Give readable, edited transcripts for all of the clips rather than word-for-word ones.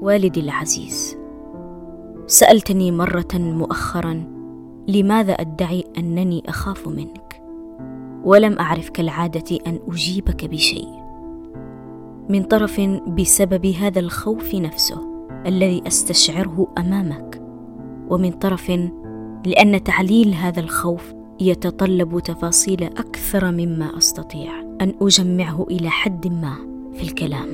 والدي العزيز، سألتني مرة مؤخرا لماذا أدعي أنني أخاف منك، ولم أعرف كالعادة أن أجيبك بشيء. من طرف بسبب هذا الخوف نفسه الذي أستشعره أمامك، ومن طرف لأن تعليل هذا الخوف يتطلب تفاصيل أكثر مما أستطيع أن أجمعه إلى حد ما في الكلام.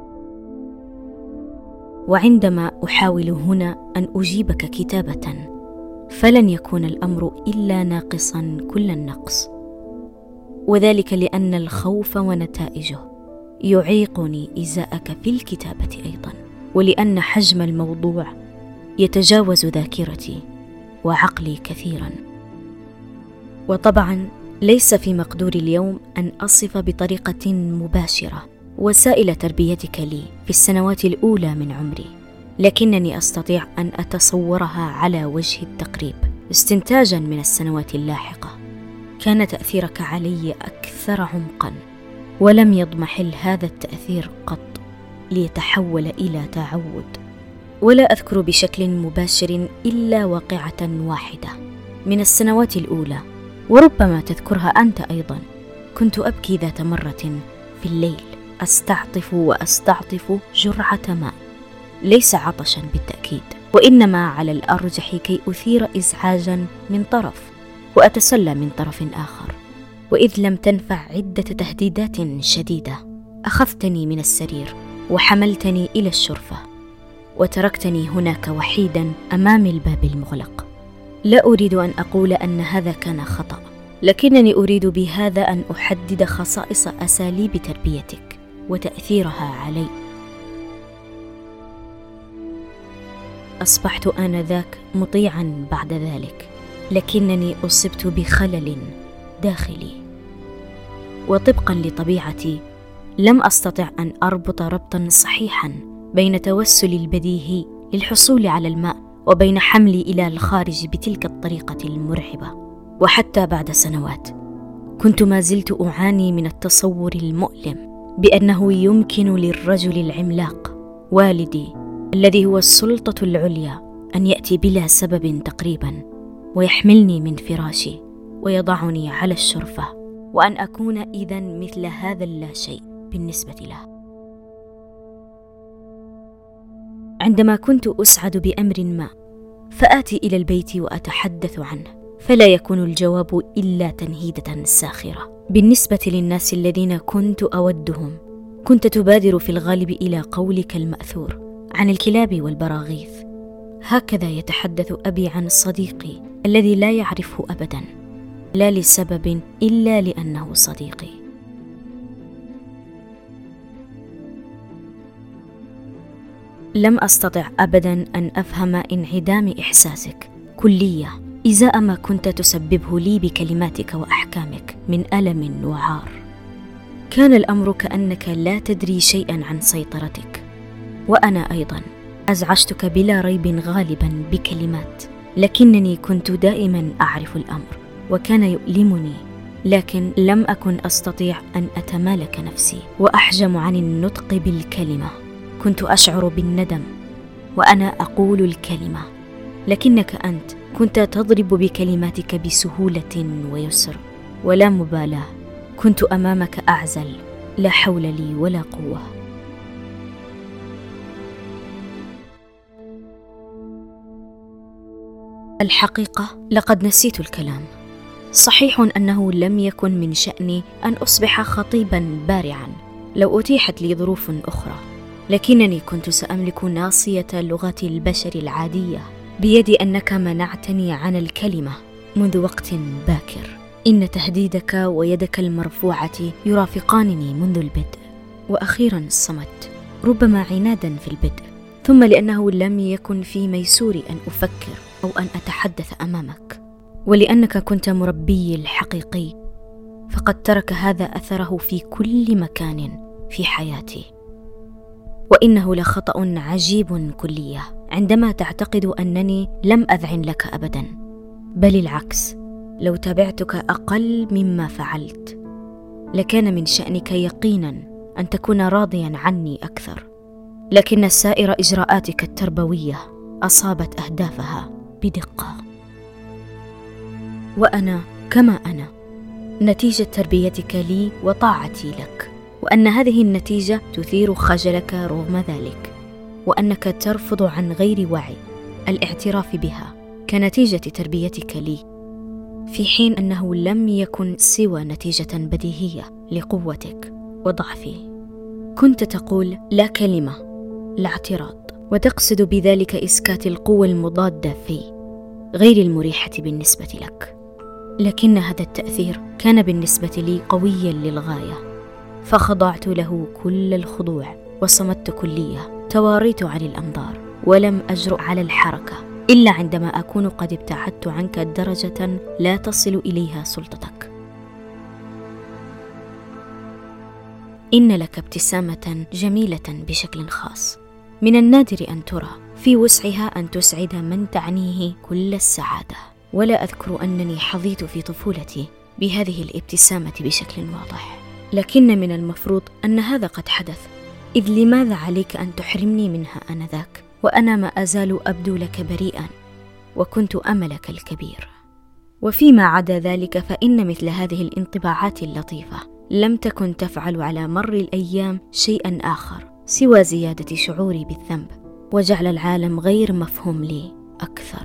وعندما أحاول هنا أن أجيبك كتابة فلن يكون الأمر إلا ناقصا كل النقص، وذلك لأن الخوف ونتائجه يعيقني إزاءك في الكتابة أيضا، ولأن حجم الموضوع يتجاوز ذاكرتي وعقلي كثيرا. وطبعا ليس في مقدوري اليوم أن أصف بطريقة مباشرة وسائل تربيتك لي في السنوات الأولى من عمري، لكنني أستطيع أن أتصورها على وجه التقريب استنتاجا من السنوات اللاحقة. كان تأثيرك علي أكثر عمقا، ولم يضمحل هذا التأثير قط ليتحول إلى تعود. ولا أذكر بشكل مباشر إلا واقعة واحدة من السنوات الأولى، وربما تذكرها أنت أيضا. كنت أبكي ذات مرة في الليل، أستعطف وأستعطف جرعة ماء، ليس عطشا بالتأكيد، وإنما على الأرجح كي أثير إزعاجا من طرف وأتسلى من طرف آخر. وإذ لم تنفع عدة تهديدات شديدة، أخذتني من السرير وحملتني إلى الشرفة، وتركتني هناك وحيدا أمام الباب المغلق. لا أريد أن أقول أن هذا كان خطأ، لكنني أريد بهذا أن أحدد خصائص أساليب تربيتك وتأثيرها علي. أصبحت آنذاك مطيعا بعد ذلك، لكنني أصبت بخلل داخلي، وطبقا لطبيعتي لم أستطع أن أربط ربطا صحيحا بين توسلي البديهي للحصول على الماء وبين حملي إلى الخارج بتلك الطريقة المرعبة. وحتى بعد سنوات كنت ما زلت أعاني من التصور المؤلم بأنه يمكن للرجل العملاق والدي الذي هو السلطة العليا أن يأتي بلا سبب تقريبا ويحملني من فراشي ويضعني على الشرفة، وأن أكون إذن مثل هذا اللاشيء بالنسبة له. عندما كنت أسعد بأمر ما فآتي إلى البيت وأتحدث عنه، فلا يكون الجواب إلا تنهيدة ساخرة. بالنسبة للناس الذين كنت أودهم، كنت تبادر في الغالب إلى قولك المأثور عن الكلاب والبراغيث. هكذا يتحدث أبي عن صديقي الذي لا يعرفه أبدا، لا لسبب إلا لأنه صديقي. لم أستطع أبدا أن أفهم انعدام إحساسك كلية إزاء ما كنت تسببه لي بكلماتك وأحكامك من ألم وعار. كان الأمر كأنك لا تدري شيئا عن سيطرتك، وأنا أيضا أزعجتك بلا ريب غالبا بكلمات، لكنني كنت دائما أعرف الأمر وكان يؤلمني، لكن لم أكن أستطيع أن أتمالك نفسي وأحجم عن النطق بالكلمة. كنت أشعر بالندم وأنا أقول الكلمة، لكنك أنت كنت تضرب بكلماتك بسهولة ويسر ولا مبالاة. كنت أمامك أعزل، لا حول لي ولا قوة. الحقيقة لقد نسيت الكلام. صحيح أنه لم يكن من شأني أن أصبح خطيبا بارعا لو أتيحت لي ظروف أخرى، لكنني كنت سأملك ناصية لغة البشر العادية بيد أنك منعتني عن الكلمة منذ وقت باكر. إن تهديدك ويدك المرفوعة يرافقانني منذ البدء، وأخيرا الصمت، ربما عنادا في البدء، ثم لأنه لم يكن في ميسوري أن أفكر أو أن أتحدث أمامك، ولأنك كنت مربي الحقيقي، فقد ترك هذا أثره في كل مكان في حياتي. وإنه لخطأ عجيب كلية عندما تعتقد أنني لم أذعن لك أبدا، بل العكس، لو تابعتك أقل مما فعلت لكان من شأنك يقينا أن تكون راضيا عني أكثر. لكن سائر إجراءاتك التربوية أصابت أهدافها بدقة. وأنا كما أنا نتيجة تربيتك لي وطاعتي لك، وأن هذه النتيجة تثير خجلك رغم ذلك، وأنك ترفض عن غير وعي الاعتراف بها كنتيجة تربيتك لي، في حين أنه لم يكن سوى نتيجة بديهية لقوتك وضعفي. كنت تقول لا كلمة، لا اعتراض، وتقصد بذلك إسكات القوة المضادة في غير المريحة بالنسبة لك. لكن هذا التأثير كان بالنسبة لي قويا للغاية، فخضعت له كل الخضوع وصمت كلية، تواريت عن الأنظار ولم أجرؤ على الحركة إلا عندما أكون قد ابتعدت عنك درجة لا تصل إليها سلطتك. إن لك ابتسامة جميلة بشكل خاص، من النادر أن ترى، في وسعها أن تسعد من تعنيه كل السعادة. ولا أذكر أنني حظيت في طفولتي بهذه الابتسامة بشكل واضح، لكن من المفروض أن هذا قد حدث، إذ لماذا عليك أن تحرمني منها آنذاك وأنا ما أزال أبدو لك بريئا وكنت أملك الكبير؟ وفيما عدا ذلك فإن مثل هذه الانطباعات اللطيفة لم تكن تفعل على مر الأيام شيئا آخر سوى زيادة شعوري بالذنب وجعل العالم غير مفهوم لي أكثر.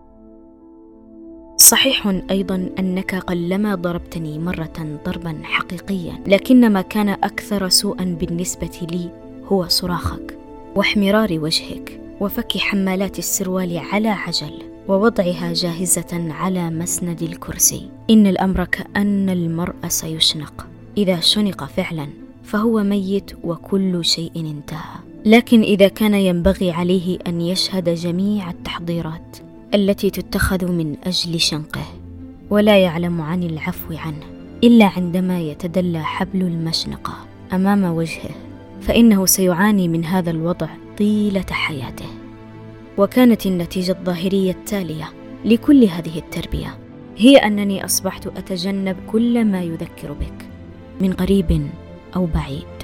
صحيح أيضا أنك قلما ضربتني مرة ضربا حقيقيا، لكن ما كان أكثر سوءا بالنسبة لي هو صراخك واحمرار وجهك وفك حمالات السروال على عجل ووضعها جاهزة على مسند الكرسي. إن الأمر كأن المرء سيشنق، إذا شنق فعلا فهو ميت وكل شيء انتهى. لكن إذا كان ينبغي عليه أن يشهد جميع التحضيرات التي تتخذ من أجل شنقه ولا يعلم عن العفو عنه إلا عندما يتدلى حبل المشنقة أمام وجهه، فإنه سيعاني من هذا الوضع طيلة حياته. وكانت النتيجة الظاهرية التالية لكل هذه التربية هي أنني أصبحت أتجنب كل ما يذكر بك من قريب أو بعيد.